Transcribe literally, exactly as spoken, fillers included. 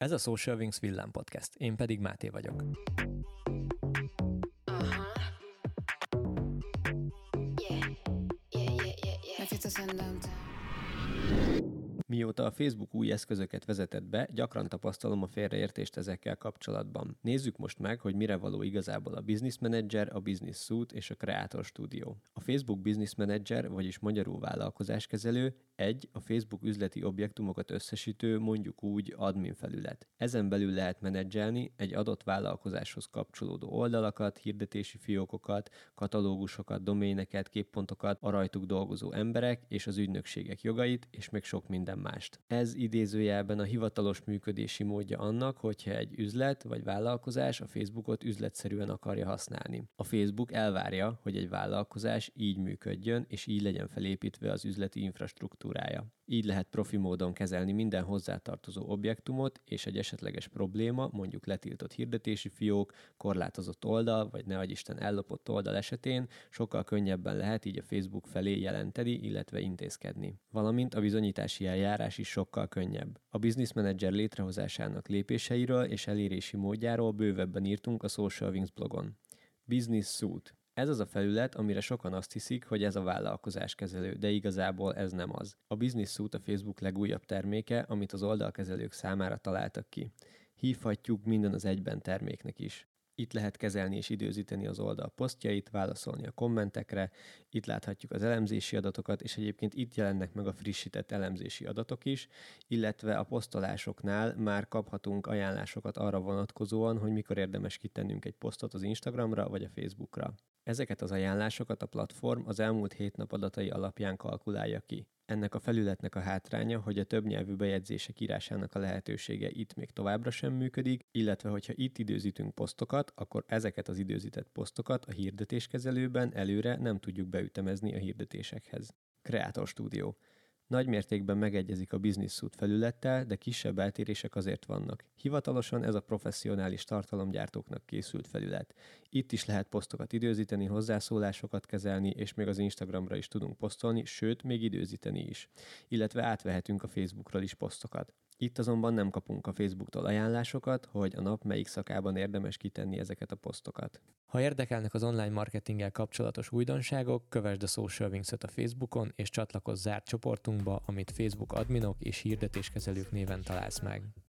Ez a Social Wings Villám Podcast, én pedig Máté vagyok. Mióta a Facebook új eszközöket vezetett be, gyakran tapasztalom a félreértést ezekkel kapcsolatban. Nézzük most meg, hogy mire való igazából a Business Manager, a Business Suite és a Creator Studio. A Facebook Business Manager, vagyis magyarul vállalkozáskezelő, egy a Facebook üzleti objektumokat összesítő, mondjuk úgy admin felület. Ezen belül lehet menedzselni egy adott vállalkozáshoz kapcsolódó oldalakat, hirdetési fiókokat, katalógusokat, doméneket, képpontokat, a rajtuk dolgozó emberek és az ügynökségek jogait, és még sok minden mást. Ez idézőjelben a hivatalos működési módja annak, hogyha egy üzlet vagy vállalkozás a Facebookot üzletszerűen akarja használni. A Facebook elvárja, hogy egy vállalkozás így működjön, és így legyen felépítve az üzleti infrastruktúrája. Így lehet profi módon kezelni minden hozzátartozó objektumot, és egy esetleges probléma, mondjuk letiltott hirdetési fiók, korlátozott oldal, vagy ne adj Isten ellopott oldal esetén sokkal könnyebben lehet így a Facebook felé jelenteni, illetve intézkedni. Valamint a bizonyítási eljárás is sokkal könnyebb. A Business Manager létrehozásának lépéseiről és elérési módjáról bővebben írtunk a Social Wings blogon. Business Suite. Ez az a felület, amire sokan azt hiszik, hogy ez a vállalkozáskezelő, de igazából ez nem az. A Business Suite a Facebook legújabb terméke, amit az oldalkezelők számára találtak ki. Hívhatjuk minden az egyben terméknek is. Itt lehet kezelni és időzíteni az oldal posztjait, válaszolni a kommentekre, itt láthatjuk az elemzési adatokat, és egyébként itt jelennek meg a frissített elemzési adatok is, illetve a posztolásoknál már kaphatunk ajánlásokat arra vonatkozóan, hogy mikor érdemes kitennünk egy posztot az Instagramra vagy a Facebookra. Ezeket az ajánlásokat a platform az elmúlt hét nap adatai alapján kalkulálja ki. Ennek a felületnek a hátránya, hogy a többnyelvű bejegyzések írásának a lehetősége itt még továbbra sem működik, illetve hogyha itt időzítünk posztokat, akkor ezeket az időzített posztokat a hirdetéskezelőben előre nem tudjuk beütemezni a hirdetésekhez. Creator Studio. Nagy mértékben megegyezik a Business Suite felülettel, de kisebb eltérések azért vannak. Hivatalosan ez a professzionális tartalomgyártóknak készült felület. Itt is lehet posztokat időzíteni, hozzászólásokat kezelni, és még az Instagramra is tudunk posztolni, sőt, még időzíteni is. Illetve átvehetünk a Facebookról is posztokat. Itt azonban nem kapunk a Facebooktól ajánlásokat, hogy a nap melyik szakában érdemes kitenni ezeket a posztokat. Ha érdekelnek az online marketinggel kapcsolatos újdonságok, kövesd a Social Wings-et a Facebookon, és csatlakozz zárt csoportunkba, amit Facebook adminok és hirdetéskezelők néven találsz meg.